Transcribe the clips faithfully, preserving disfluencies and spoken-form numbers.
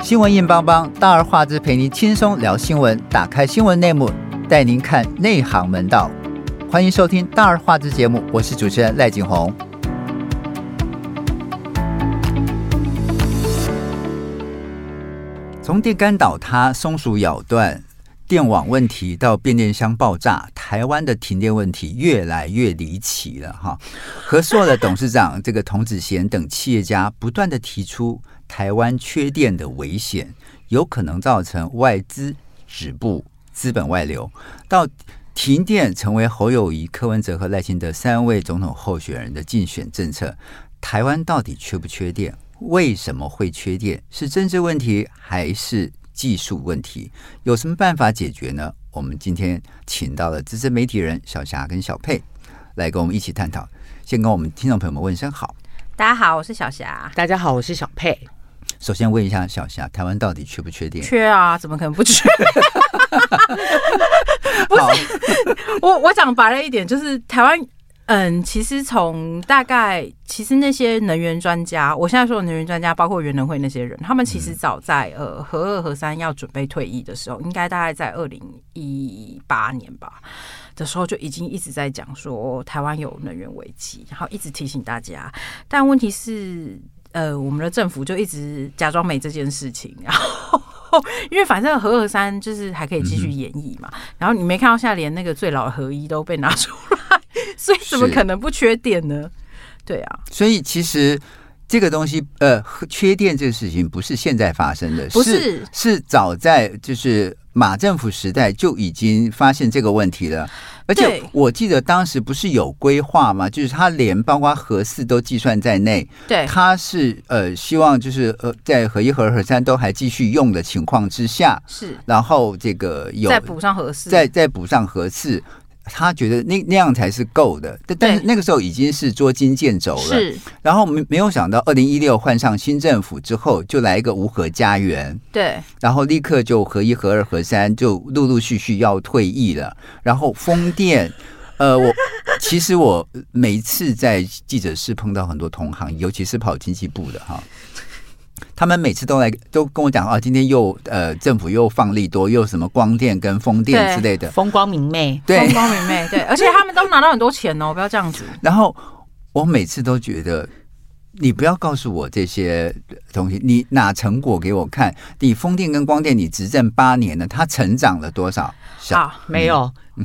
新闻硬邦邦，大而化之，陪您轻松聊新闻。打开新闻内幕，带您看内行门道。欢迎收听大而化之节目，我是主持人赖景宏。从电杆倒塌、松鼠咬断、电网问题到变电箱爆炸，台湾的停电问题越来越离奇了哈。和硕的董事长这个童子贤等企业家不断的提出，台湾缺电的危险有可能造成外资止步、资本外流，到停电成为侯友宜、柯文哲和赖清德三位总统候选人的竞选政策。台湾到底缺不缺电？为什么会缺电？是政治问题还是技术问题？有什么办法解决呢？我们今天请到了资深媒体人小霞跟小佩来跟我们一起探讨。先跟我们听众朋友们问声好。 大家好，我是小霞。 大家好，我是小佩。 首先问一下小霞，台湾到底缺不缺电？ 缺啊，怎么可能不缺？不是，我我讲白了一点，就是台湾。嗯，其实从大概，其实那些能源专家，我现在说的能源专家，包括原能会那些人，他们其实早在呃核二核三要准备退役的时候，应该大概在二零一八年吧的时候，就已经一直在讲说台湾有能源危机，然后一直提醒大家。但问题是，呃，我们的政府就一直假装没这件事情，然后。因为反正核二三就是还可以继续演绎嘛，嗯、然后你没看到现在连那个最老的核一都被拿出来，所以怎么可能不缺电呢？对啊， 所以其实这个东西，呃，缺电这个事情不是现在发生的， 不是是, 是早在就是马政府时代就已经发现这个问题了。而且我记得当时不是有规划吗？就是他连包括核四都计算在内。 对， 他是呃希望就是呃在核一、核二、核三都还继续用的情况之下， 是， 然后这个有再补上核四， 再再补上核四。他觉得那那样才是够的，但但是那个时候已经是捉襟见肘了。 是， 然后没没有想到，二零一六换上新政府之后，就来一个无核家园。 对， 然后立刻就核一、核二、核三就陆陆续续要退役了。然后风电，呃，我其实我每一次在记者室碰到很多同行，尤其是跑经济部的哈。他们每次都来都跟我讲啊，今天又呃政府又放利多，又什么光电跟风电之类的， 风光明媚， 对， 风光明媚，对，而且他们都拿到很多钱哦，不要这样子。 然后我每次都觉得，你不要告诉我这些东西，你拿成果给我看。你风电跟光电，你执政八年了，它成长了多少？ 好， 没有。 嗯、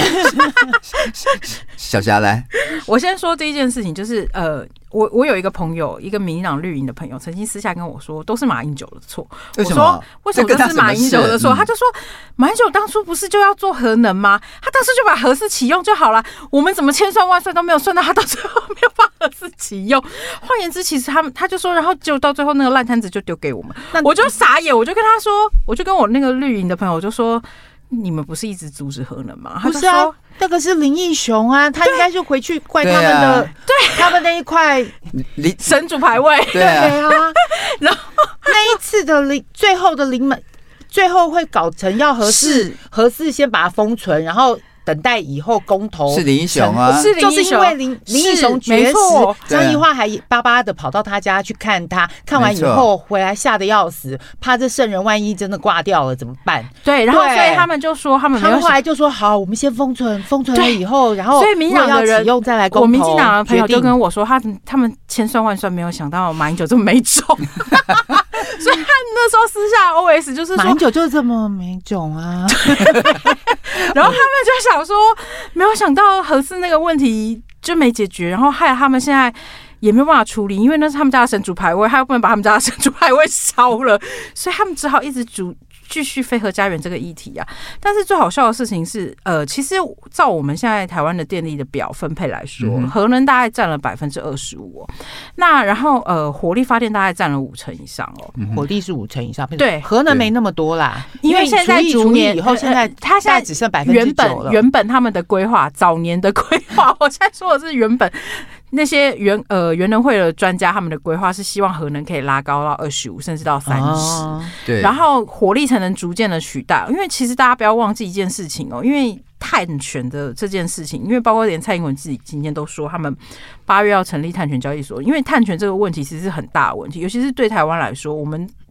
小霞来， 我先说第一件事情，就是呃。我我有一个朋友，一个民进党绿营的朋友，曾经私下跟我说，都是马英九的错。 为什么？ 我说为什么都是马英九的错？他就说，马英九当初不是就要做核能吗？他当时就把核四启用就好了。我们怎么千算万算都没有算到他到最后没有把核四启用？换言之，其实他们他就说，然后就到最后那个烂摊子就丢给我们，我就傻眼，我就跟他说，我就跟我那个绿营的朋友我就说，你们不是一直阻止核能吗？他就说。 不是啊，那个是林义雄啊，他应该就回去怪他们的，对、啊、他们那一块神主牌位， 对啊， 然后那一次的林最后的临门，最后会搞成要核四，核四先把它封存，然后。等待以后公投是林义雄啊， 是林义雄， 就是因为林林义雄绝食，张义化还巴巴的跑到他家去看他，看完以后回来吓得要死，怕这圣人万一真的挂掉了怎么办？ 对，然后所以他们就说他们没有， 他们后来就说好，我们先封存，封存了以后，然后所以民进党的人启用再来公投。 我民进党的朋友就跟我说，他他们千算万算没有想到马英九这么没种。所以他那时候私下 O S 就是说， 马英九就这么没种啊。 然后他们就想说，没有想到核四那个问题就没解决，然后害他们现在也没有办法处理，因为那是他们家的神主牌位，他又不能把他们家的神主牌位烧了，所以他们只好一直主继续非核家园这个议题啊。但是最好笑的事情是，呃，其实照我们现在台湾的电力的表分配来说，嗯、核能大概占了百分之二十五，那然后呃，火力发电大概占了五成以上哦， 嗯、火力是五成以上， 对， 核能没那么多啦， 因为现在逐年以后，现在它现在只剩百分之九了。 原本原本他们的规划，早年的规划，我现在说的是原本。那些原呃原能会的专家，他们的规划是希望核能可以拉高到二十五，甚至到三十、哦， 对， 然后火力才能逐渐的取代。因为其实大家不要忘记一件事情哦，因为碳权的这件事情，因为包括连蔡英文自己今天都说，他们八月要成立碳权交易所，因为碳权这个问题其实是很大的问题，尤其是对台湾来说，我们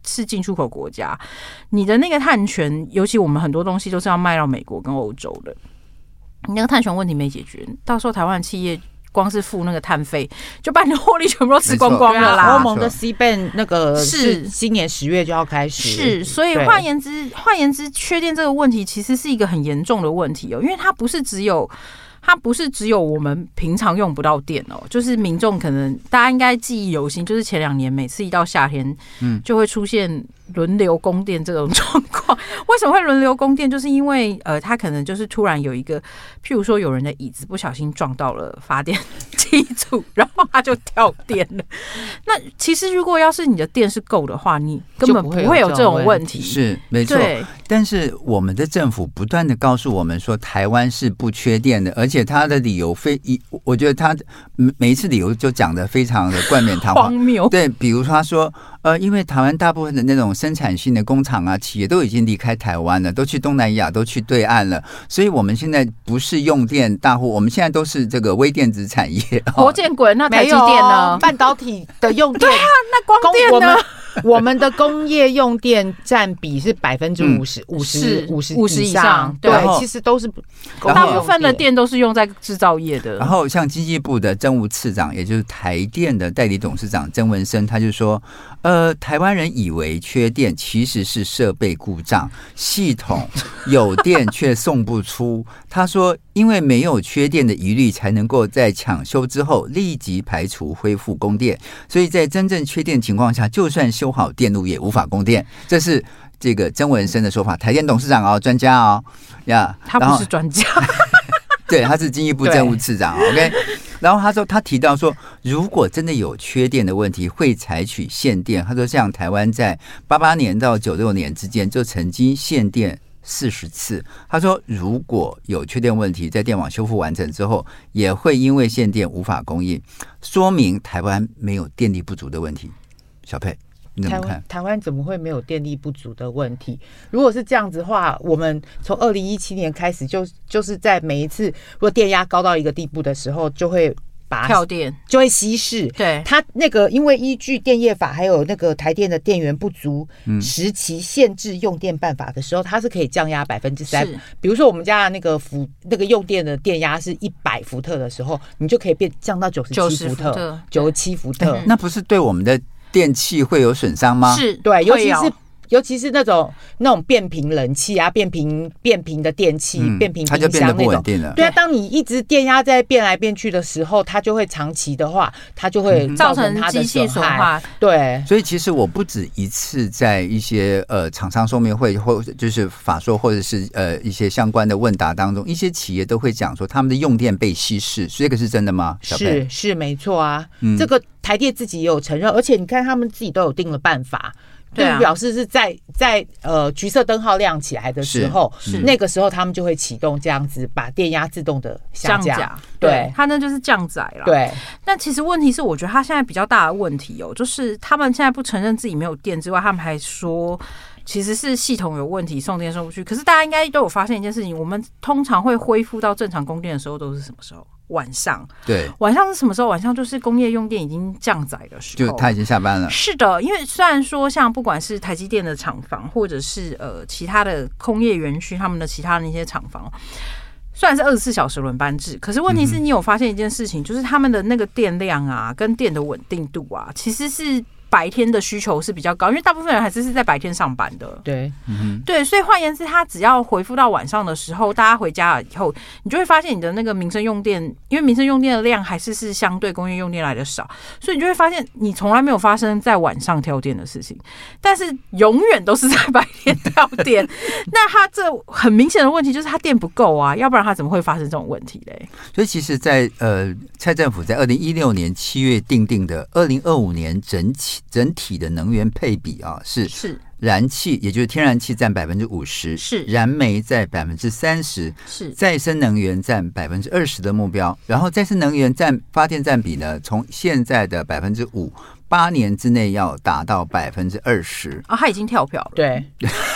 是进出口国家，你的那个碳权，尤其我们很多东西都是要卖到美国跟欧洲的，你那个碳权问题没解决，到时候台湾的企业光是付那个碳费，就把你的获利全部都吃光光了啦。 欧盟的 C B A N 那个是今年十月就要开始， 是，所以换言之，换言之，缺电这个问题其实是一个很严重的问题哦，因为它不是只有。它不是只有我们平常用不到电哦，就是民众可能大家应该记忆犹新，就是前两年每次一到夏天，嗯，就会出现轮流供电这种状况。为什么会轮流供电？就是因为呃，它可能就是突然有一个，譬如说有人的椅子不小心撞到了发电机组，然后它就跳电了。那其实如果要是你的电是够的话，你根本不会有这种问题。 是没错，但是我们的政府不断的告诉我们说，台湾是不缺电的，而且他的理由非，我觉得他每一次理由就讲得非常的冠冕堂皇， 荒谬。 对，比如说他说，呃，因为台湾大部分的那种生产性的工厂啊、企业都已经离开台湾了，都去东南亚，都去对岸了，所以我们现在不是用电大户，我们现在都是这个微电子产业。 活见鬼，那台积电呢？ 半导体的用电， 对啊，那光电呢？ 我们的工业用电占比是百分之五十，五十五十五十以上，对，其实都是大部分的电都是用在制造业的。 然后像经济部的政务次长，也就是台电的代理董事长曾文生，他就说，呃，台湾人以为缺电其实是设备故障，系统有电却送不出。他说，因为没有缺电的疑虑，才能够在抢修之后立即排除恢复供电，所以在真正缺电情况下，就算修好电路也无法供电。这是这个曾文生的说法，台电董事长哦，专家哦，呀， 他不是专家， 对，他是经济部政务次长 ，OK。然后他说，他提到说，如果真的有缺电的问题，会采取限电。他说，像台湾在八八年到九六年之间，就曾经限电四十次。他说，如果有缺电问题，在电网修复完成之后，也会因为限电无法供应，说明台湾没有电力不足的问题。小佩，你怎么看？ 台湾怎么会没有电力不足的问题？如果是这样子的话，我们从二零一七年开始就就是在每一次如果电压高到一个地步的时候，就会把跳电， 就会稀释。对，它那个因为依据电业法还有那个台电的电源不足时期限制用电办法的时候，它是可以降压百分之三。比如说我们家的那个伏那个用电的电压是一百伏特的时候，你就可以变降到九十七伏特，九十七伏特。 那不是对我们的电器会有损伤吗？ 是， 对，尤其是尤其是那种那种变频冷气啊，变频变频的电器，嗯、变频冰箱那种，它就变得不稳定了。对啊，当你一直电压在变来变去的时候，它就会长期的话，它就会造成它的机器损坏。 对， 所以其实我不止一次在一些呃厂商说明会或就是法说或者是呃一些相关的问答当中，一些企业都会讲说他们的用电被稀释，这个是真的吗？小佩是是没错啊，嗯、这个台电自己也有承认，而且你看他们自己都有定了办法。对，表示是在在呃橘色灯号亮起来的时候，那个时候他们就会启动这样子，把电压自动的下降。 降对，它那就是降载了。 对， 但其实问题是，我觉得他现在比较大的问题哦，就是他们现在不承认自己没有电之外，他们还说其实是系统有问题，送电送不去。可是大家应该都有发现一件事情，我们通常会恢复到正常供电的时候都是什么时候？晚上。 对， 晚上是什么时候？晚上就是工业用电已经降载的时候， 就他已经下班了。 是的，因为虽然说像不管是台积电的厂房，或者是呃其他的工业园区，他们的其他的那些厂房，虽然是二十四小时轮班制，可是问题是你有发现一件事情，嗯、就是他们的那个电量啊，跟电的稳定度啊，其实是白天的需求是比较高，因为大部分人还是是在白天上班的。 对， 嗯、 对，所以换言之，他只要回复到晚上的时候，大家回家了以后，你就会发现你的那个民生用电，因为民生用电的量还是是相对工业用电来的少，所以你就会发现你从来没有发生在晚上跳电的事情，但是永远都是在白天跳电。那他这很明显的问题就是他电不够啊，要不然他怎么会发生这种问题嘞？ 所以其实在，在呃蔡政府在二零一六年七月订定的二零二五年整体。整体的能源配比啊，是是燃气，也就是天然气占百分之五十， 是燃煤在百分之三十， 是再生能源占百分之二十的目标。然后再生能源占发电占比呢，从现在的百分之五，八年之内要达到百分之二十。 啊，他已经跳票了。 对，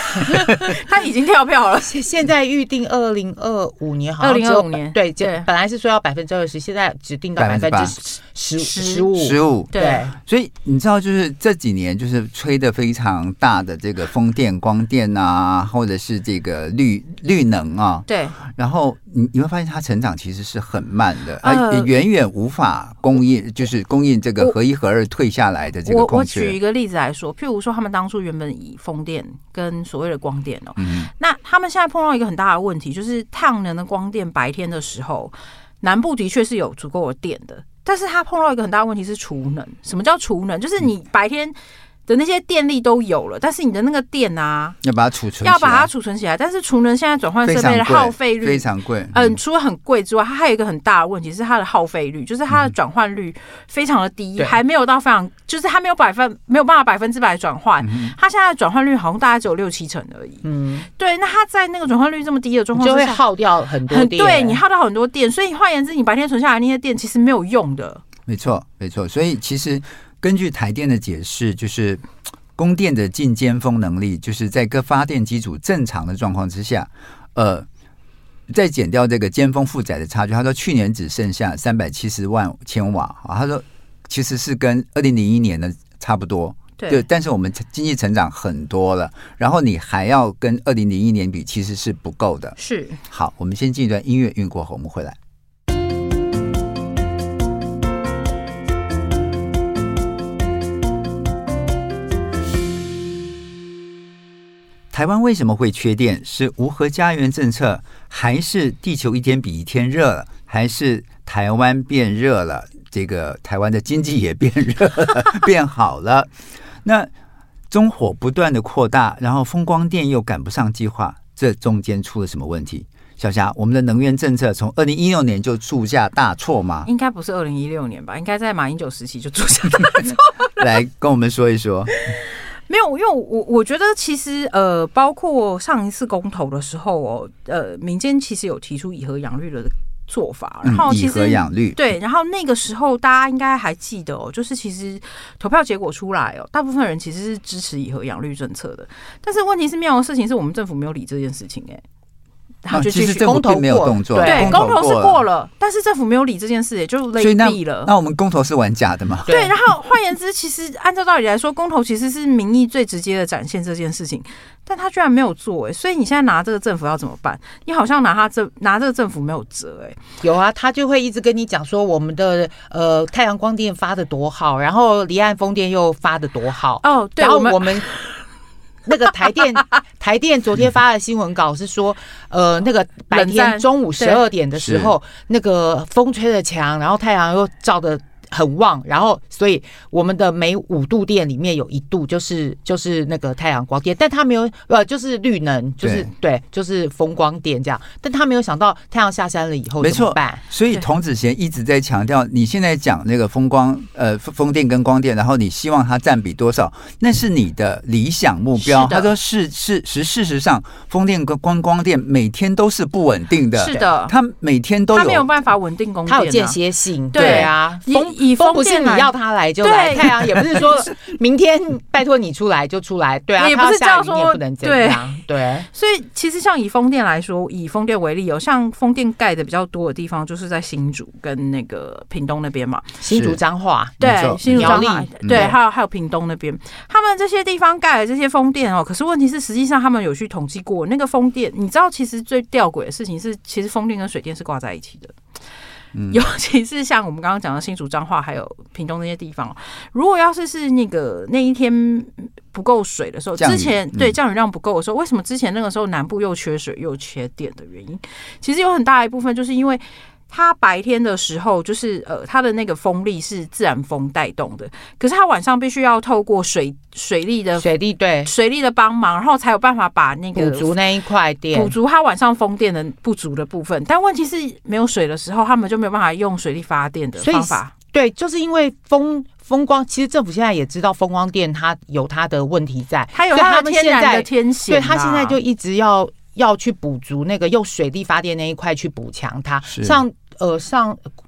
他已经跳票了。 现在预定二零二五年，好像二零二五年对对，本来是说要百分之二十，现在只定到百分之十十五十五。 对， 所以你知道，就是这几年就是吹得非常大的这个风电、光电啊，或者是这个绿绿能啊， 对。 然后你你会发现它成长其实是很慢的，呃，也远远无法供应，就是供应这个核一核二退下来的这个空缺。 我我举一个例子来说，譬如说他们当初原本以风电跟所谓的光电哦， 嗯， 那他们现在碰到一个很大的问题，就是太阳能的光电白天的时候，南部的确是有足够的电的，但是他碰到一个很大的问题是储能。什么叫储能？就是你白天的那些电力都有了，但是你的那个电啊， 要把它储存， 要把它储存起来。但是储能现在转换设备的耗费率非常贵， 嗯，除了很贵之外，它还有一个很大的问题是它的耗费率，就是它的转换率非常的低，嗯、还没有到非常，就是它没有百分没有办法百分之百转换。嗯、它现在的转换率好像大概只有六七成而已。嗯，对，那它在那个转换率这么低的状况之下， 就会耗掉很多电， 对你耗掉很多电，所以换言之，你白天存下来那些电其实没有用的。 没错，没错。所以其实根据台电的解释，就是供电的近尖峰能力，就是在各发电机组正常的状况之下，呃，再减掉这个尖峰负载的差距。他说去年只剩下三百七十万千瓦，他说其实是跟二零零一年的差不多。对，但是我们经济成长很多了，然后你还要跟二零零一年比，其实是不够的。 是。好， 我们先进一段音乐，运过后我们回来。台湾为什么会缺电？是无核家园政策，还是地球一天比一天热了，还是台湾变热了？这个台湾的经济也变热了，变好了。那中火不断的扩大，然后风光电又赶不上计划，这中间出了什么问题？小霞，我们的能源政策从二零一六年就铸下大错吗？ 应该不是二零一六年吧？应该在马英九时期就铸下大错。 来跟我们说一说。 没有，因为我我觉得其实呃，包括上一次公投的时候哦，呃，民间其实有提出以核养绿的做法，然后其实、嗯、以核养绿对，然后那个时候大家应该还记得哦，就是其实投票结果出来哦，大部分人其实是支持以核养绿政策的，但是问题是妙的事情是我们政府没有理这件事情哎。 他就继续公投没有动作， 对，公投是过了，但是政府没有理这件事，也就累弊了。 那我们公投是玩假的吗？ 对，然后换言之，其实按照道理来说，公投其实是民意最直接的展现这件事情，但他居然没有做，哎，所以你现在拿这个政府要怎么办？你好像拿他这拿这个政府没有辙，哎， 有啊，他就会一直跟你讲说我们的呃太阳光电发的多好，然后离岸风电又发的多好哦，对， 然后我们。那个台电台电昨天发的新闻稿是说，呃，那个白天中午十二点的时候，那个风吹得强，然后太阳又照得很旺，然后所以我们的每五度电里面有一度就是就是那个太阳光电，但他没有呃就是绿能，就是 对, 对就是风光电这样，但他没有想到太阳下山了以后怎么办？ 所以童子贤一直在强调，你现在讲那个风光呃风电跟光电，然后你希望它占比多少，那是你的理想目标。他说是是是，事实上风电跟光光电每天都是不稳定的， 是的， 它每天都有， 它没有办法稳定供电、啊， 它有间歇性， 对, 对啊，风。 以风不是你要他来就来，太阳也不是说明天拜托你出来就出来，对啊， 也不是叫说你也不能这样，对。对， 所以其实像以风电来说，以风电为例，有像风电盖的比较多的地方，就是在新竹跟那个屏东那边嘛， 新竹彰化， 对，新竹彰化，对， 嗯、 还有还有屏东那边，他们这些地方盖的这些风电哦，可是问题是，实际上他们有去统计过，那个风电，你知道，其实最吊诡的事情是，其实风电跟水电是挂在一起的。嗯、尤其是像我们刚刚讲的新竹彰化还有屏东那些地方，如果要是是那个那一天不够水的时候，之前对降雨量不够的时候，为什么之前那个时候南部又缺水又缺电的原因，其实有很大一部分就是因为它白天的时候就是呃它的那个风力是自然风带动的，可是它晚上必须要透过水水力的水力对水力的帮忙，然后才有办法把那个补足那一块电， 补足它晚上风电的不足的部分。但问题是没有水的时候，他们就没有办法用水力发电的方法。 对，就是因为风风光，其实政府现在也知道风光电它有它的问题在， 它有它的天然的天险， 对，它现在就一直要要去补足那个用水力发电那一块去补强它，像。呃，上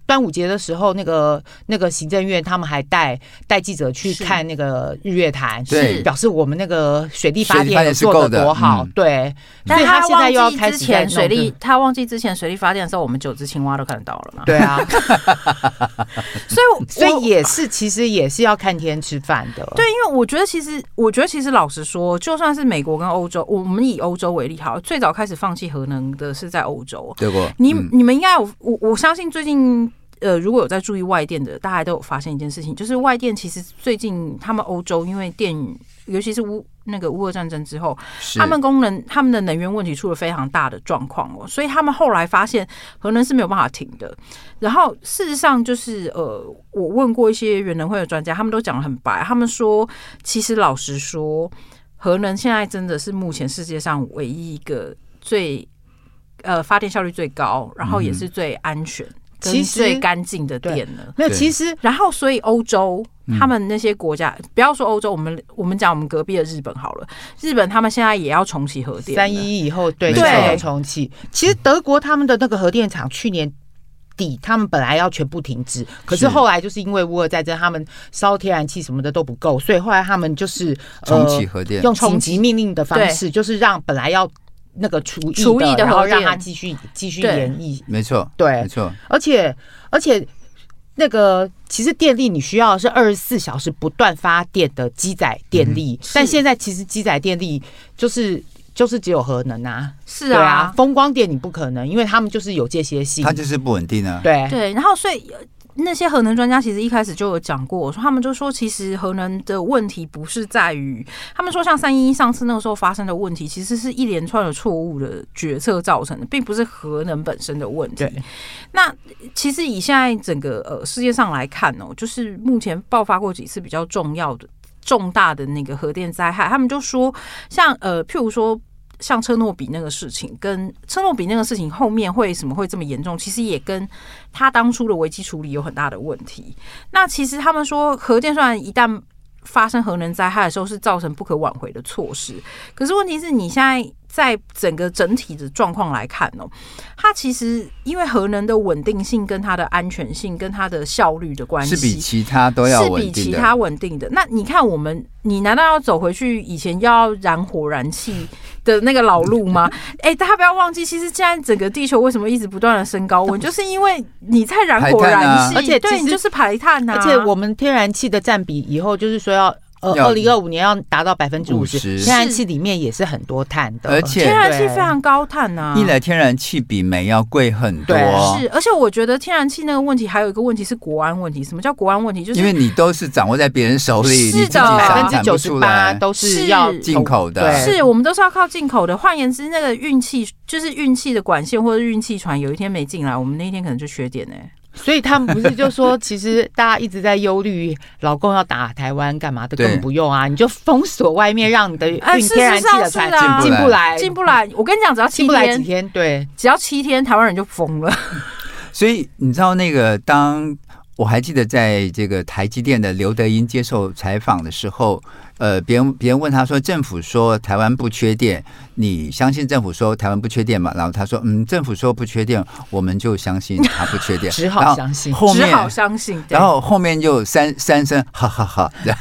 端午节的时候，那个那个行政院他们还带带记者去看那个日月潭， 是表示我们那个水力发电做得多好， 嗯、 对。 但是他现在又要开始之前水力，他忘记之前水力发电的时候，我们九只青蛙都看得到了嘛？ 对啊， 所以所以也是其实也是要看天吃饭的。 对，因为我觉得其实我觉得其实老实说，就算是美国跟欧洲，我们以欧洲为例好，最早开始放弃核能的是在欧洲。 对不？ 你、 嗯、 你们应该有我我相信最近。呃，如果有在注意外电的，大家都有发现一件事情，就是外电其实最近他们欧洲因为电，尤其是乌那个乌俄战争之后，他们功能他们的能源问题出了非常大的状况哦，所以他们后来发现核能是没有办法停的。然后事实上就是呃，我问过一些原能会的专家，他们都讲得很白，他们说其实老实说，核能现在真的是目前世界上唯一一个最呃发电效率最高，然后也是最安全。嗯其实最干净的电了， 没有其实， 然后所以欧洲他们那些国家，嗯、不要说欧洲，我们我们讲我们隔壁的日本好了，日本他们现在也要重启核电， 三一一以后对对重启。其实德国他们的那个核电厂去年底他们本来要全部停止，可是后来就是因为乌俄战争，他们烧天然气什么的都不够，所以后来他们就是重启核电， 呃、用紧急命令的方式，就是让本来要。那个除役的， 除役的然后让它继续继续延役， 没错， 对， 没错。 而且而且那个其实电力你需要的是二十四小时不断发电的基载电力，嗯、但现在其实基载电力就是就是只有核能啊， 是啊， 啊风光电你不可能，因为他们就是有间歇性， 它就是不稳定啊， 对对，然后所以。那些核能专家其实一开始就有讲过，说他们就说，其实核能的问题不是在于，他们说像三一一上次那个时候发生的问题，其实是一连串的错误的决策造成的，并不是核能本身的问题。那其实以现在整个呃世界上来看哦，就是目前爆发过几次比较重要的重大的那个核电灾害，他们就说像呃譬如说。像车诺比那个事情，跟车诺比那个事情后面为什么会这么严重，其实也跟他当初的危机处理有很大的问题。那其实他们说，核电虽然一旦发生核能灾害的时候是造成不可挽回的措施，可是问题是你现在在整个整体的状况来看哦，它其实因为核能的稳定性跟它的安全性跟它的效率的关系， 是比其他都要稳定的， 是比其他稳定的。那你看我们，你难道要走回去以前要燃火燃气的那个老路吗？哎、欸，大家不要忘记，其实现在整个地球为什么一直不断的升高温，就是因为你在燃火燃气， 而且对你就是排碳啊。 而且我们天然气的占比以后就是说要。呃，二零二五年要达到百分之五十，天然气里面也是很多碳的， 而且天然气非常高碳啊。 一来天然气比煤要贵很多， 是，而且我觉得天然气那个问题还有一个问题是国安问题。什么叫国安问题？就是因为你都是掌握在别人手里， 是的， 百分之九十八都是要进口的， 是我们都是要靠进口的。换言之，那个运气就是运气的管线或者运气船，有一天没进来，我们那一天可能就缺电呢、欸。 所以他们不是就说，其实大家一直在忧虑老公要打台湾干嘛的，根本不用啊，你就封锁外面，让你的运天然气的船进不来， 进不来。我跟你讲，只要七天，进不来几天，对， 只要七天，台湾人就疯了。 所以你知道那个，当我还记得在这个台积电的刘德音接受采访的时候。呃，别人别人问他说，政府说台湾不缺电，你相信政府说台湾不缺电吗？然后他说，嗯，政府说不缺电，我们就相信他不缺电， 只好相信， 后面只好相信。 然后后面就三三声哈哈哈这样。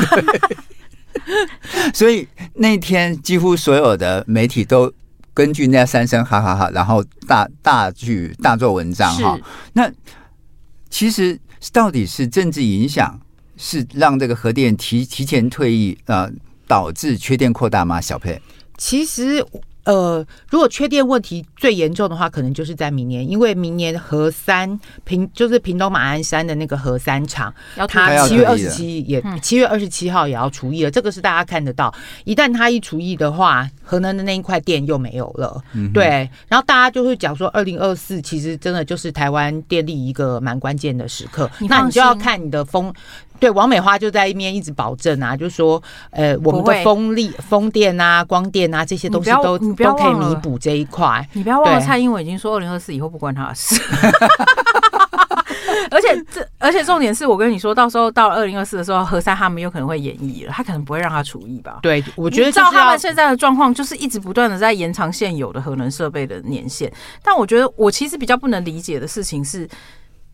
所以那天几乎所有的媒体都根据那三声哈哈哈，然后大大句大做文章哈。那其实到底是政治影响？是让这个核电提提前退役，呃，导致缺电扩大吗？小佩， 其实呃，如果缺电问题最严重的话，可能就是在明年，因为明年核三屏就是屏东马鞍山的那个核三厂，它七月二十七也七月二十七号也要除役了，这个是大家看得到。一旦它一除役的话，核能的那一块电又没有了，嗯、对。然后大家就会讲说，二零二四其实真的就是台湾电力一个蛮关键的时刻，你那你就要看你的风。对，王美花就在一边一直保证啊，就是说，呃，我们的风力、风电啊、光电啊这些东西都都可以弥补这一块。 你不要忘了，蔡英文已经说二零二四以后不关他的事。而且这，而且重点是我跟你说，到时候到二零二四的时候，核三他们有可能会延役了，他可能不会让他除役吧？ 对，我觉得照他们现在的状况，就是一直不断的在延长现有的核能设备的年限。但我觉得，我其实比较不能理解的事情是。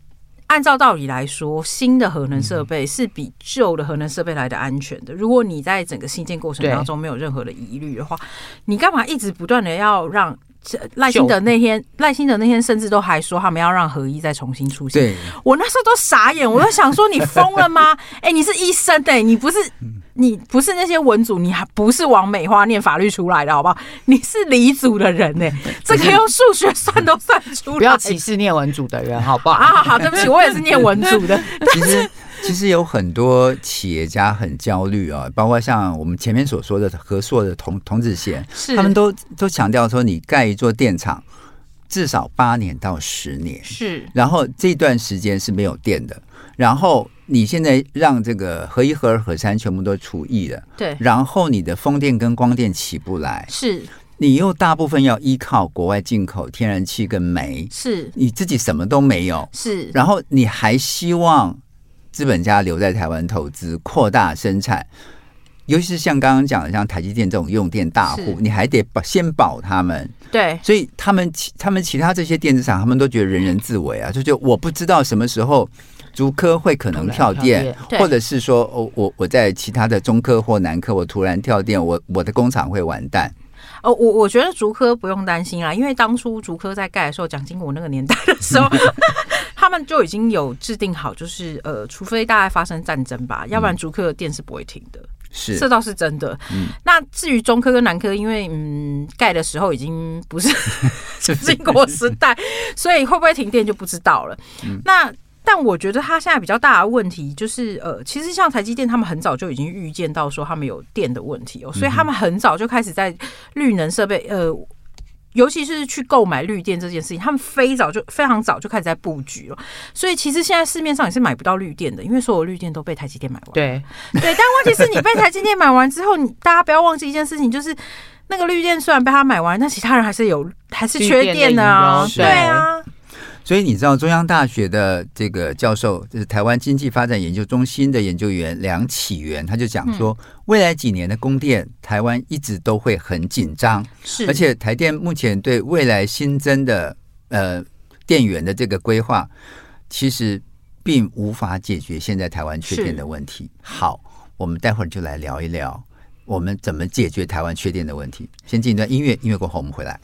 按照道理来说，新的核能设备是比旧的核能设备来的安全的。如果你在整个新建过程当中没有任何的疑虑的话，你干嘛一直不断的要让？赖清德那天，赖清德那天甚至都还说他们要让核一再重新出现。我那时候都傻眼，我都想说你疯了吗？哎、欸，你是医生哎、欸，你不是你不是那些文组，你还不是王美花念法律出来的好不好？你是理组的人哎、欸，这个用数学算都算出来。 不要歧视念文组的人好不好？ 啊，好，对不起，我也是念文组的。 其实。其实有很多企业家很焦虑啊，包括像我们前面所说的和硕的童童子贤，他们都都强调说，你盖一座电厂至少八年到十年， 是， 然后这段时间是没有电的，然后你现在让这个核一、核二、核三全部都除役了， 对， 然后你的风电跟光电起不来， 是。 你又大部分要依靠国外进口天然气跟煤， 是， 你自己什么都没有， 是， 然后你还希望资本家留在台湾投资，扩大生产，尤其是像刚刚讲的，像台积电这种用电大户，你还得先保他们。 对， 所以他们他们其他这些电子厂，他们都觉得人人自危啊，就觉得我不知道什么时候竹科会可能跳电，或者是说，哦，我我在其他的中科或南科，我突然跳电，我我的工厂会完蛋。 哦，我我觉得竹科不用担心啦，因为当初竹科在盖的时候，蒋经国那个年代的时候。他们就已经有制定好，就是呃，除非大概发生战争吧，要不然竹科的电是不会停的。 是， 这倒是真的。嗯，那至于中科跟南科，因为嗯盖的时候已经不是经国时代，所以会不会停电就不知道了。嗯、那但我觉得它现在比较大的问题就是呃，其实像台积电，他们很早就已经预见到说他们有电的问题哦，所以他们很早就开始在绿能设备呃。尤其是去购买绿电这件事情，他们非早就非常早就开始在布局了。所以其实现在市面上也是买不到绿电的，因为所有绿电都被台积电买完。 对对，但问题是你被台积电买完之后，你大家不要忘记一件事情，就是那个绿电虽然被他买完，但其他人还是有还是缺电的啊。对啊。 所以你知道中央大学的这个教授，就是台湾经济发展研究中心的研究员梁启源，他就讲说，嗯、未来几年的供电，台湾一直都会很紧张， 是， 而且台电目前对未来新增的呃电源的这个规划，其实并无法解决现在台湾缺电的问题。好，我们待会儿就来聊一聊，我们怎么解决台湾缺电的问题。先进一段音乐，音乐过后我们回来。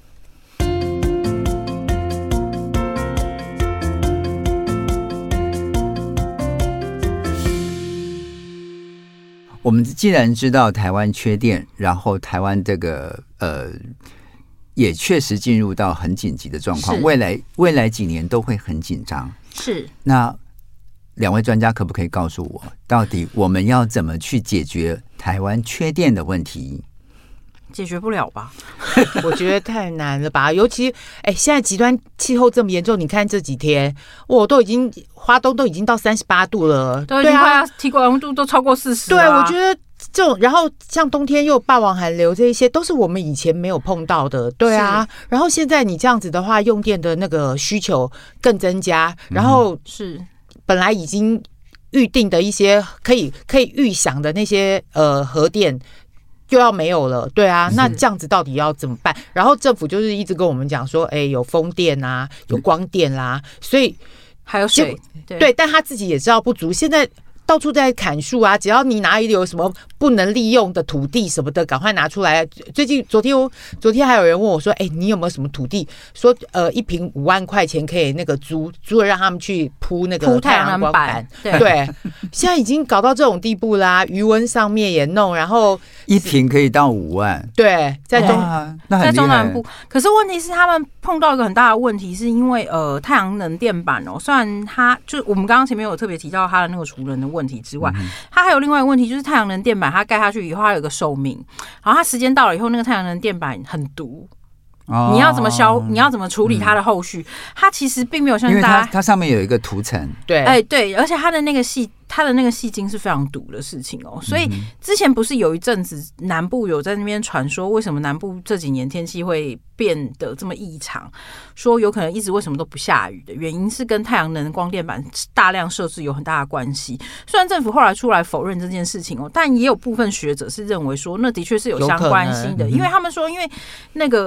我们既然知道台湾缺电，然后台湾这个呃也确实进入到很紧急的状况，未来未来几年都会很紧张。 是， 那两位专家可不可以告诉我，到底我们要怎么去解决台湾缺电的问题？ 解决不了吧？ 我觉得太难了吧。尤其哎、欸，现在极端气候这么严重，你看这几天，我都已经花东都已经到三十八度了， 都已经快要体感温度都超过四十。 对，我觉得这种，然后像冬天又有霸王寒流，这一些都是我们以前没有碰到的。对啊，然后现在你这样子的话，用电的那个需求更增加，然后是本来已经预定的一些可以可以预想的那些呃核电。就要没有了，对啊，那这样子到底要怎么办？然后政府就是一直跟我们讲说，哎、欸，有风电啊，有光电啦，所以还有水， 对，对，但他自己也知道不足，现在到处在砍树啊，只要你哪里有什么不能利用的土地什么的，赶快拿出来。最近昨天昨天还有人问我说，哎、欸，你有没有什么土地？说呃，一坪五万块钱可以那个租租了，让他们去铺那个太阳光板。对, 对，现在已经搞到这种地步啦、啊，余温上面也弄，然后一坪可以到五万。 对，在中、 啊、那很在中南部，可是问题是他们碰到一个很大的问题，是因为呃太阳能电板哦，虽然它就我们刚刚前面有特别提到它的那个储能的问题之外，嗯、它还有另外一个问题，就是太阳能电板它盖下去以后，它有一个寿命，然后它时间到了以后，那个太阳能电板很毒。哦、你要怎么消？你要怎么处理它的后续？嗯、它其实并没有像大家，因为它, 它上面有一个涂层， 对， 哎、欸、对，而且它的那个细，它的那个细晶是非常毒的事情哦。所以之前不是有一阵子南部有在那边传说，为什么南部这几年天气会变得这么异常？说有可能一直为什么都不下雨的原因是跟太阳能光电板大量设置有很大的关系。虽然政府后来出来否认这件事情哦，但也有部分学者是认为说，那的确是有相关性的，因为他们说，因为那个。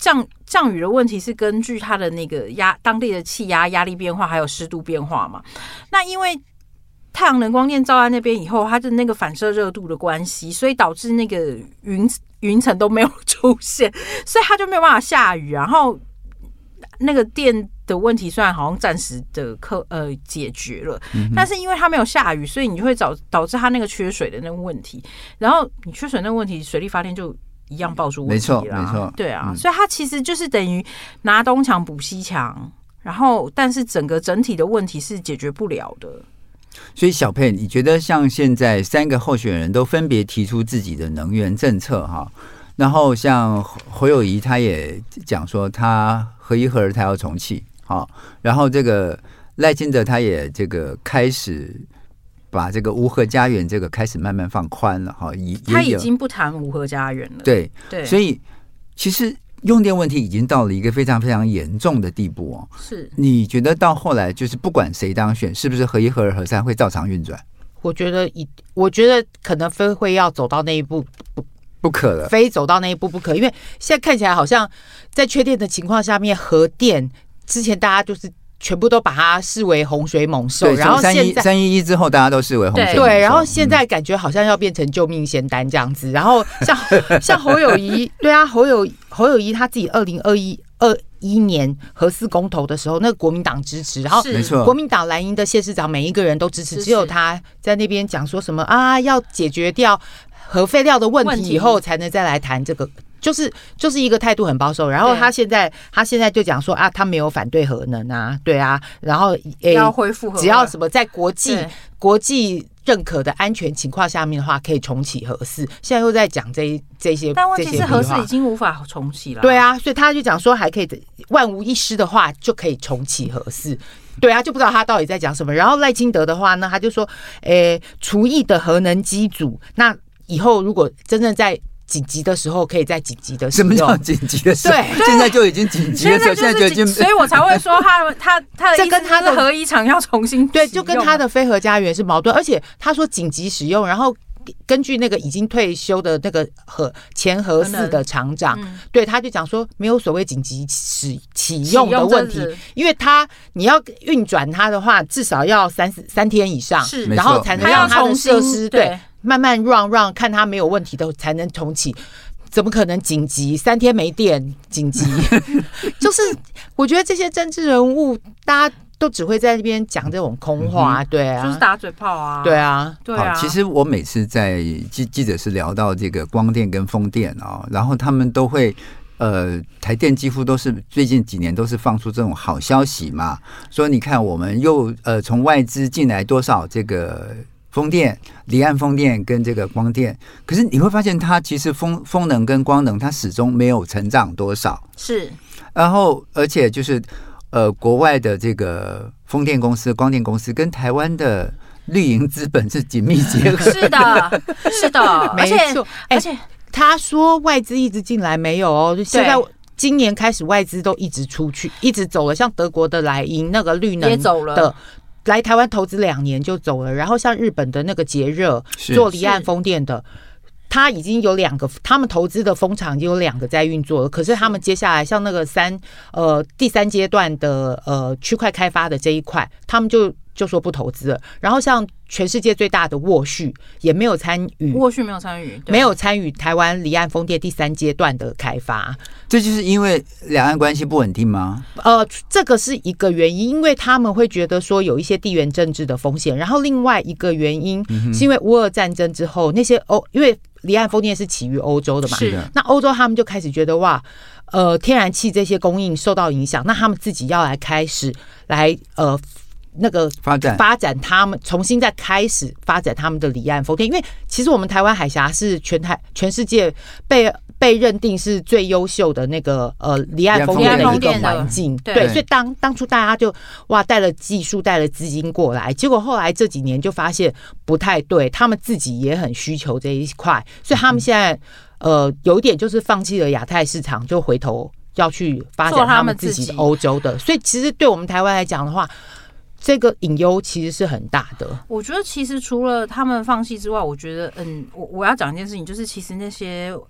降降雨的问题是根据它的那个压当地的气压、压力变化还有湿度变化嘛。那因为太阳能光电照在那边以后，它的那个反射热度的关系，所以导致那个云云层都没有出现，所以它就没有办法下雨。然后那个电的问题虽然好像暂时的克呃解决了，嗯、但是因为它没有下雨，所以你就会导导致它那个缺水的那个问题。然后你缺水那个问题，水力发电就一样爆出问题啦。 没错，没错， 对啊， 嗯、 所以它其实就是等于拿东墙补西墙，然后但是整个整体的问题是解决不了的。 所以小佩，你觉得像现在三个候选人都分别提出自己的能源政策哈，然后像侯友宜他也讲说他核一核二他要重启，好，然后这个赖清德他也这个开始把这个无核家园这个开始慢慢放宽了哈， 他已经不谈无核家园了， 对对， 所以其实用电问题已经到了一个非常非常严重的地步哦。 是， 你觉得到后来就是不管谁当选，是不是核一、核二、核三会照常运转？ 我觉得一，我觉得可能非会要走到那一步，不不可了， 非走到那一步不可。因为现在看起来好像在缺电的情况下面，核电之前大家就是全部都把它视为洪水猛兽，然后现在三一一之后大家都视为洪水猛兽， 对，然后现在感觉好像要变成救命仙丹这样子。然后像像侯友宜，对啊，侯友侯友宜他自己二零二一二一年核四公投的时候，那个国民党支持，然后国民党蓝营的县市长每一个人都支持，只有他在那边讲说什么啊，要解决掉核废料的问题以后才能再来谈这个。就是就是一个态度很保守，然后他现在他现在就讲说啊，他没有反对核能啊，对啊，然后诶要恢复核， 只要什么在国际国际认可的安全情况下面的话，可以重启核四。现在又在讲这这些， 但问题是核四已经无法重启了。 对啊，所以他就讲说还可以万无一失的话就可以重启核四。对啊，就不知道他到底在讲什么。然后赖清德的话呢，他就说，诶，除役的核能机组，那以后如果真正在紧急的时候，可以在紧急的时候。 什么叫紧急的时候？ 对， 现在就已经紧急的时候，现在就已经， 所以我才会说他他他的意思是核一厂要重新对，就跟他的非核家园是矛盾，而且他说紧急使用，然后根据那个已经退休的那个核前核四的厂长，嗯、对，他就讲说没有所谓紧急使启用的问题，因为他你要运转它的话，至少要三三天以上， 是， 然后才能让它的设施对。慢慢 run run 看它没有问题的才能重启，怎么可能紧急三天没电紧急？就是我觉得这些政治人物，大家都只会在那边讲这种空话，嗯、对啊， 就是打嘴炮啊， 对啊， 对啊。 其实我每次在记记者是聊到这个光电跟风电啊，然后他们都会。呃，台电几乎都是最近几年都是放出这种好消息嘛，说你看我们又呃从外资进来多少这个风电、离岸风电跟这个光电，可是你会发现它其实风风能跟光能它始终没有成长多少， 是， 然后而且就是呃国外的这个风电公司、光电公司跟台湾的绿营资本是紧密结合， 是的，是的， 没错，而且。他说外资一直进来没有哦，现在今年开始外资都一直出去，一直走了。像德国的莱茵那个绿能也走了的，来台湾投资两年就走了。然后像日本的那个捷热做离岸风电的，他已经有两个，他们投资的风场已经有两个在运作了。可是他们接下来像那个三呃第三阶段的呃区块开发的这一块，他们就就说不投资了。然后像全世界最大的沃旭也没有参与， 沃旭没有参与， 没有参与台湾离岸风电第三阶段的开发。 这就是因为两岸关系不稳定吗？ 呃，这个是一个原因，因为他们会觉得说有一些地缘政治的风险。然后另外一个原因是因为乌俄战争之后，那些欧因为离岸风电是起于欧洲的嘛， 是那欧洲他们就开始觉得哇，呃，天然气这些供应受到影响，那他们自己要来开始来呃。那个发展发展他们重新再开始发展他们的离岸风电，因为其实我们台湾海峡是全台全世界被被认定是最优秀的那个呃离岸风电的一个环境，对，所以当当初大家就哇带了技术带了资金过来，结果后来这几年就发现不太对，他们自己也很需求这一块，所以他们现在呃有一点就是放弃了亚太市场，就回头要去发展他们自己的欧洲的，所以其实对我们台湾来讲的话。这个隐忧其实是很大的。 我觉得其实除了他们放弃之外，我觉得嗯，我我要讲一件事情，就是其实那些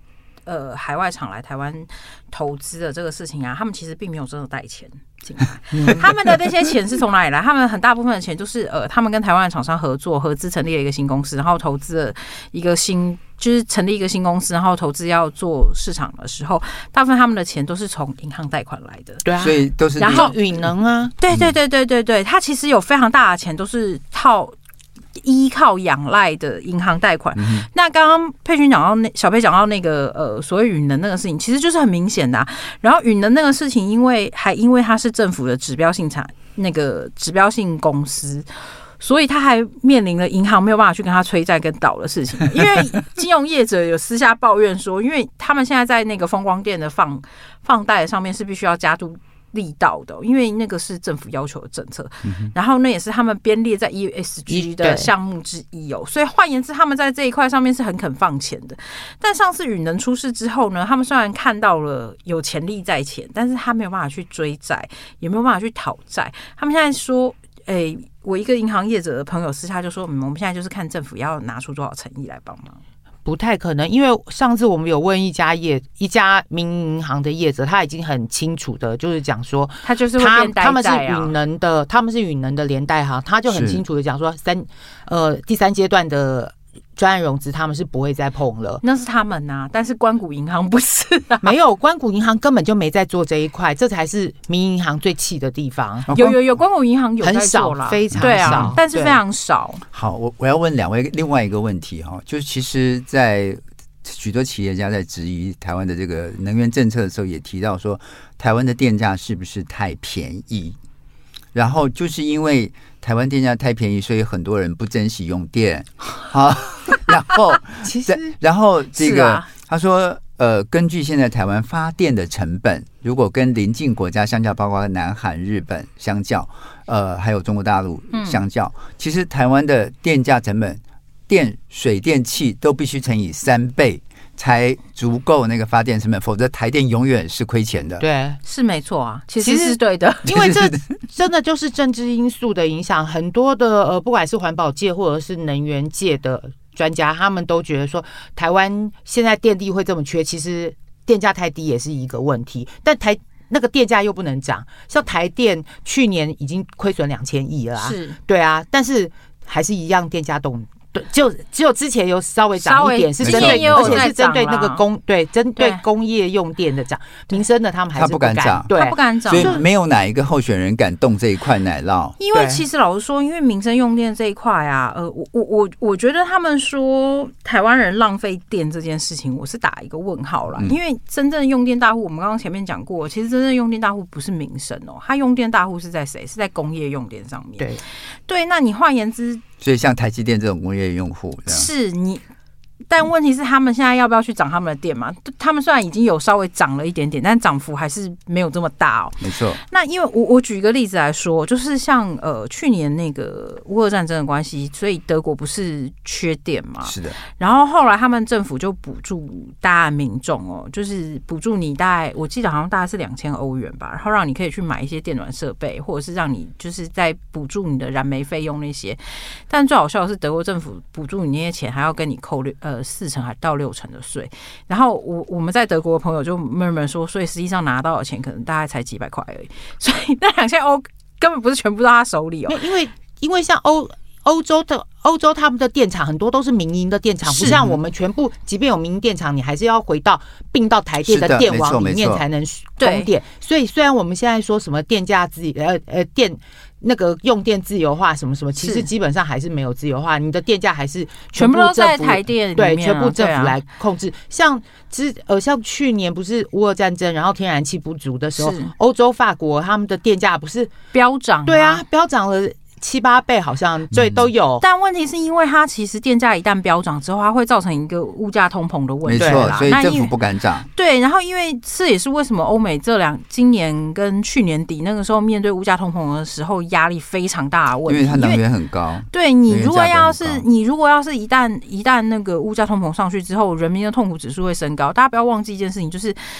呃海外厂来台湾投资的这个事情啊，他们其实并没有真的带钱进来，他们的那些钱是从哪里来？他们很大部分的钱就是呃，他们跟台湾的厂商合作，合资成立了一个新公司，然后投资了一个新。就是成立一个新公司，然后投资要做市场的时候，大部分他们的钱都是从银行贷款来的。 对啊， 所以都是然后允能啊， 对对对对对对，他其实有非常大的钱都是靠依靠仰赖的银行贷款。嗯、那刚刚佩君讲到那小佩讲到那个呃所谓允能那个事情，其实就是很明显的、啊。然后允能那个事情，因为还因为它是政府的指标性产那个指标性公司。所以他还面临了银行没有办法去跟他催债跟倒的事情，因为金融业者有私下抱怨说，因为他们现在在那个风光电的放放贷上面是必须要加注力道的，因为那个是政府要求的政策，嗯、然后那也是他们编列在 E S G 的项目之一哦。所以换言之，他们在这一块上面是很肯放钱的。但上次允能出事之后呢，他们虽然看到了有潜力在前，但是他没有办法去追债，也没有办法去讨债。他们现在说，哎、欸。我一个银行业者的朋友私下就说，嗯，我们现在就是看政府要拿出多少诚意来帮忙。 不太可能，因为上次我们有问一家业一家民营银行的业者，他已经很清楚的，就是讲说， 他就是会变呆债啊， 他们是允能的，他们是允能的连带行，他就很清楚的讲说，三呃第三阶段的专案融资他们是不会再碰了， 那是他们啊，但是官股银行不是啊， 没有，官股银行根本就没在做这一块，这才是民营银行最气的地方。 有有有，官股银行有在做啦， 很少，非常少， 对啊，但是非常少。 好，我我要问两位另外一个问题哈，就是其实，在许多企业家在质疑台湾的这个能源政策的时候，也提到说，台湾的电价是不是太便宜？然后就是因为台湾电价太便宜，所以很多人不珍惜用电。好，然后其实， 然后这个、 啊、 他说，呃，根据现在台湾发电的成本，如果跟邻近国家相较，包括南韩、日本相较，呃，还有中国大陆相较，嗯、其实台湾的电价成本，电、水电气都必须乘以三倍。才足够那个发电成本，否则台电永远是亏钱的。 对， 是没错啊，其实是对的， 因为这真的就是政治因素的影响。很多的呃，不管是环保界或者是能源界的专家，他们都觉得说，台湾现在电力会这么缺，其实电价太低也是一个问题。但台那个电价又不能涨，像台电去年已经亏损两千亿了啊， 是， 对啊，但是还是一样电价动。对，就只有之前有稍微涨一点，是针对，而且是针对那个工，对，针对工业用电的涨，民生的他们还是不敢涨， 对，他不敢涨， 所以没有哪一个候选人敢动这一块奶酪。 因为其实老实说，因为民生用电这一块啊，呃，我我我我觉得他们说台湾人浪费电这件事情，我是打一个问号啦。嗯、因为真正用电大户，我们刚刚前面讲过，其实真正用电大户不是民生哦，他用电大户是在谁？是在工业用电上面。 对对，那你换言之。 所以像台积电这种工业用户， 是你，但问题是他们现在要不要去涨他们的电嘛？他们虽然已经有稍微涨了一点点，但涨幅还是没有这么大哦。 没错。 那因为我我举一个例子来说，就是像呃去年那个乌俄战争的关系，所以德国不是缺电嘛？ 是的。 然后后来他们政府就补助大家民众哦，就是补助你大概我记得好像大概是两千欧元吧，然后让你可以去买一些电暖设备，或者是让你就是在补助你的燃煤费用那些。但最好笑的是，德国政府补助你那些钱还要跟你扣六呃四成还到六成的税。然后我我们在德国的朋友就慢慢说，所以实际上拿到的钱可能大概才几百块而已，所以那两千欧根本不是全部到他手里哦。 因为因为像欧欧洲的欧洲他们的电厂很多都是民营的电厂，不像我们全部，即便有民营电厂，你还是要回到并到台电的电网里面才能供电。所以虽然我们现在说什么电价自呃呃电。那个用电自由化什么什么，其实基本上还是没有自由化，你的电价还是全部都在台电里面、啊， 对，全部政府来控制。啊、像之呃，像去年不是乌俄战争，然后天然气不足的时候，欧洲法国他们的电价不是飙涨、啊？ 对啊，飙涨了。七八倍好像对都有、嗯， 但问题是因为它其实电价一旦飙涨之后，它会造成一个物价通膨的问题， 没错，所以政府不敢涨。 对，然后因为这也是为什么欧美这两今年跟去年底那个时候面对物价通膨的时候压力非常大的问题， 因为它能源很高。 对，你如果要是你如果要是一旦一旦那个物价通膨上去之后，人民的痛苦指数会升高。大家不要忘记一件事情，就是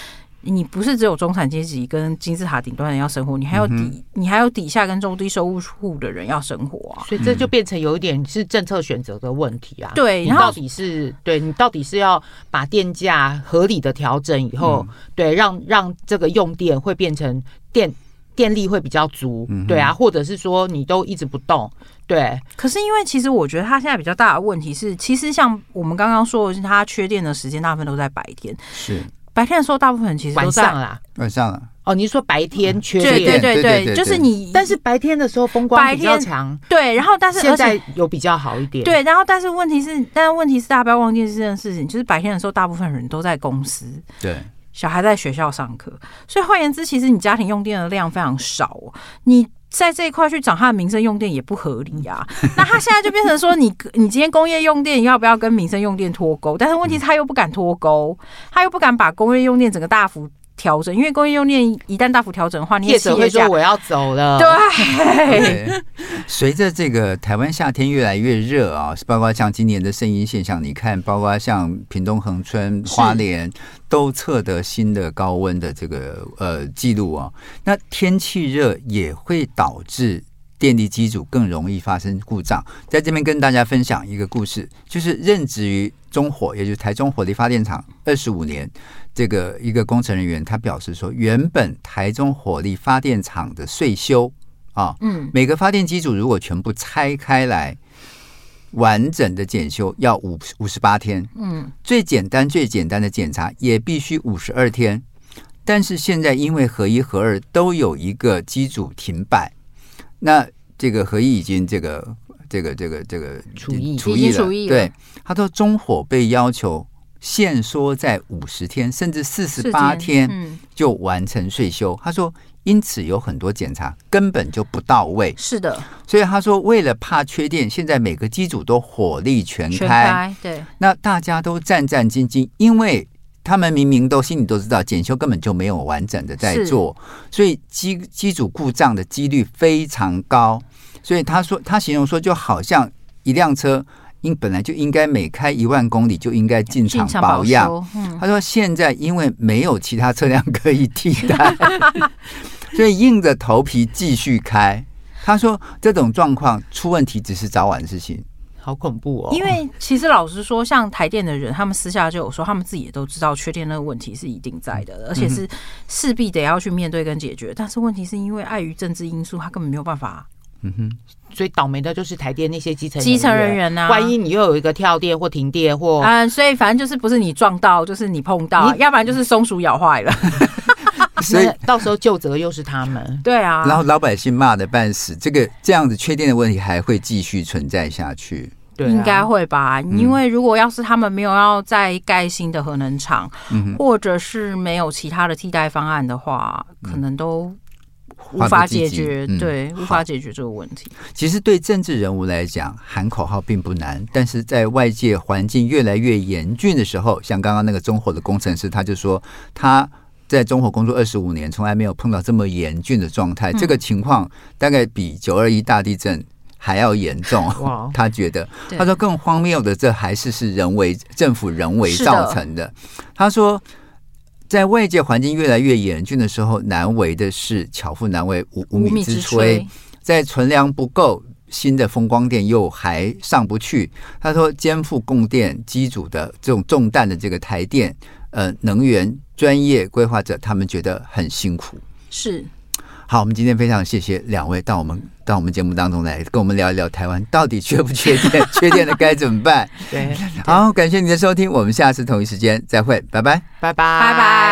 你不是只有中产阶级跟金字塔顶端的人要生活，你还有底、嗯、你还有底下跟中低收入户的人要生活啊。 所以这就变成有一点是政策选择的问题啊。 对， 你到底是对你到底是要把电价合理的调整以后，嗯、对让让这个用电会变成电电力会比较足，嗯、对啊，或者是说你都一直不动。对， 可是因为其实我觉得它现在比较大的问题是，其实像我们刚刚说的，它缺电的时间大部分都在白天。 是。 白天的时候，大部分人其实都在晚上啦， 晚上了。 哦，你是说白天缺电？ 对对对对，就是你。 但是白天的时候风光比较强， 对。然后，但是现在有比较好一点。 对，然后但是问题是，但是问题是大家不要忘记这件事情，就是白天的时候，大部分人都在公司， 对， 小孩在学校上课，所以换言之，其实你家庭用电的量非常少，你。在这一块去涨它的民生用电也不合理啊。那它现在就变成说你，你今天工业用电要不要跟民生用电脱钩？但是问题是他又不敢脱钩，他又不敢把工业用电整个大幅调整，因为工业用电一旦大幅调整的话，你业者会说我要走了。 对， 随着这个台湾夏天越来越热啊，包括像今年的圣婴现象，你看，包括像屏东恒春、花莲都测得新的高温的这个呃记录啊。那天气热也会导致电力机组更容易发生故障。在这边跟大家分享一个故事，就是任职于中火，也就是台中火力发电厂二十五年。这个一个工程人员他表示说，原本台中火力发电厂的岁修啊，嗯，每个发电机组如果全部拆开来，完整的检修要五五十八天，嗯，最简单最简单的检查也必须五十二天。但是现在因为核一核二都有一个机组停摆，那这个核一已经这个这个这个这个除役除役了，对，他说中火被要求限缩在五十天甚至四十八天就完成岁修。他说因此有很多检查根本就不到位。 是的， 所以他说为了怕缺电，现在每个机组都火力全开， 全开，对， 那大家都战战兢兢，因为他们明明都心里都知道检修根本就没有完整的在做，所以机机组故障的几率非常高。所以他说他形容说就好像一辆车应本来就应该每开一万公里就应该进场保养，嗯、他说现在因为没有其他车辆可以替代，所以硬着头皮继续开。他说这种状况出问题只是早晚的事情。 好恐怖哦！ 因为其实老实说，像台电的人，他们私下就有说，他们自己也都知道缺电那个问题是一定在的，而且是势必得要去面对跟解决。但是问题是因为碍于政治因素，他根本没有办法。 嗯哼，所以倒霉的就是台电那些基层基层人员啊， 万一你又有一个跳电或停电或嗯，所以反正就是不是你撞到，就是你碰到，要不然就是松鼠咬坏了。 所以到时候究责又是他们。 对啊， 然后老百姓骂的半死，这个这样子缺电的问题还会继续存在下去。 对啊， 应该会吧，因为如果要是他们没有要再盖新的核能厂，嗯、或者是没有其他的替代方案的话，嗯、可能都无法解决，嗯、对，无法解决这个问题。 其实对政治人物来讲，喊口号并不难，但是在外界环境越来越严峻的时候，像刚刚那个中火的工程师，他就说他在中火工作二十五年，从来没有碰到这么严峻的状态。嗯、这个情况大概比九二一大地震还要严重。他觉得，他说更荒谬的，这还是是人为政府人为造成的。他说，在外界环境越来越严峻的时候，难为的是巧妇难为无无米之炊，在存粮不够，新的风光电又还上不去。他说，肩负供电机组的这种重担的这个台电，呃，能源专业规划者，他们觉得很辛苦。 是。 好，我们今天非常谢谢两位到我们到我们节目当中来，跟我们聊一聊台湾到底缺不缺电，缺电的该怎么办？ 对， 好，感谢你的收听，我们下次同一时间再会，拜拜， 拜拜， 拜拜。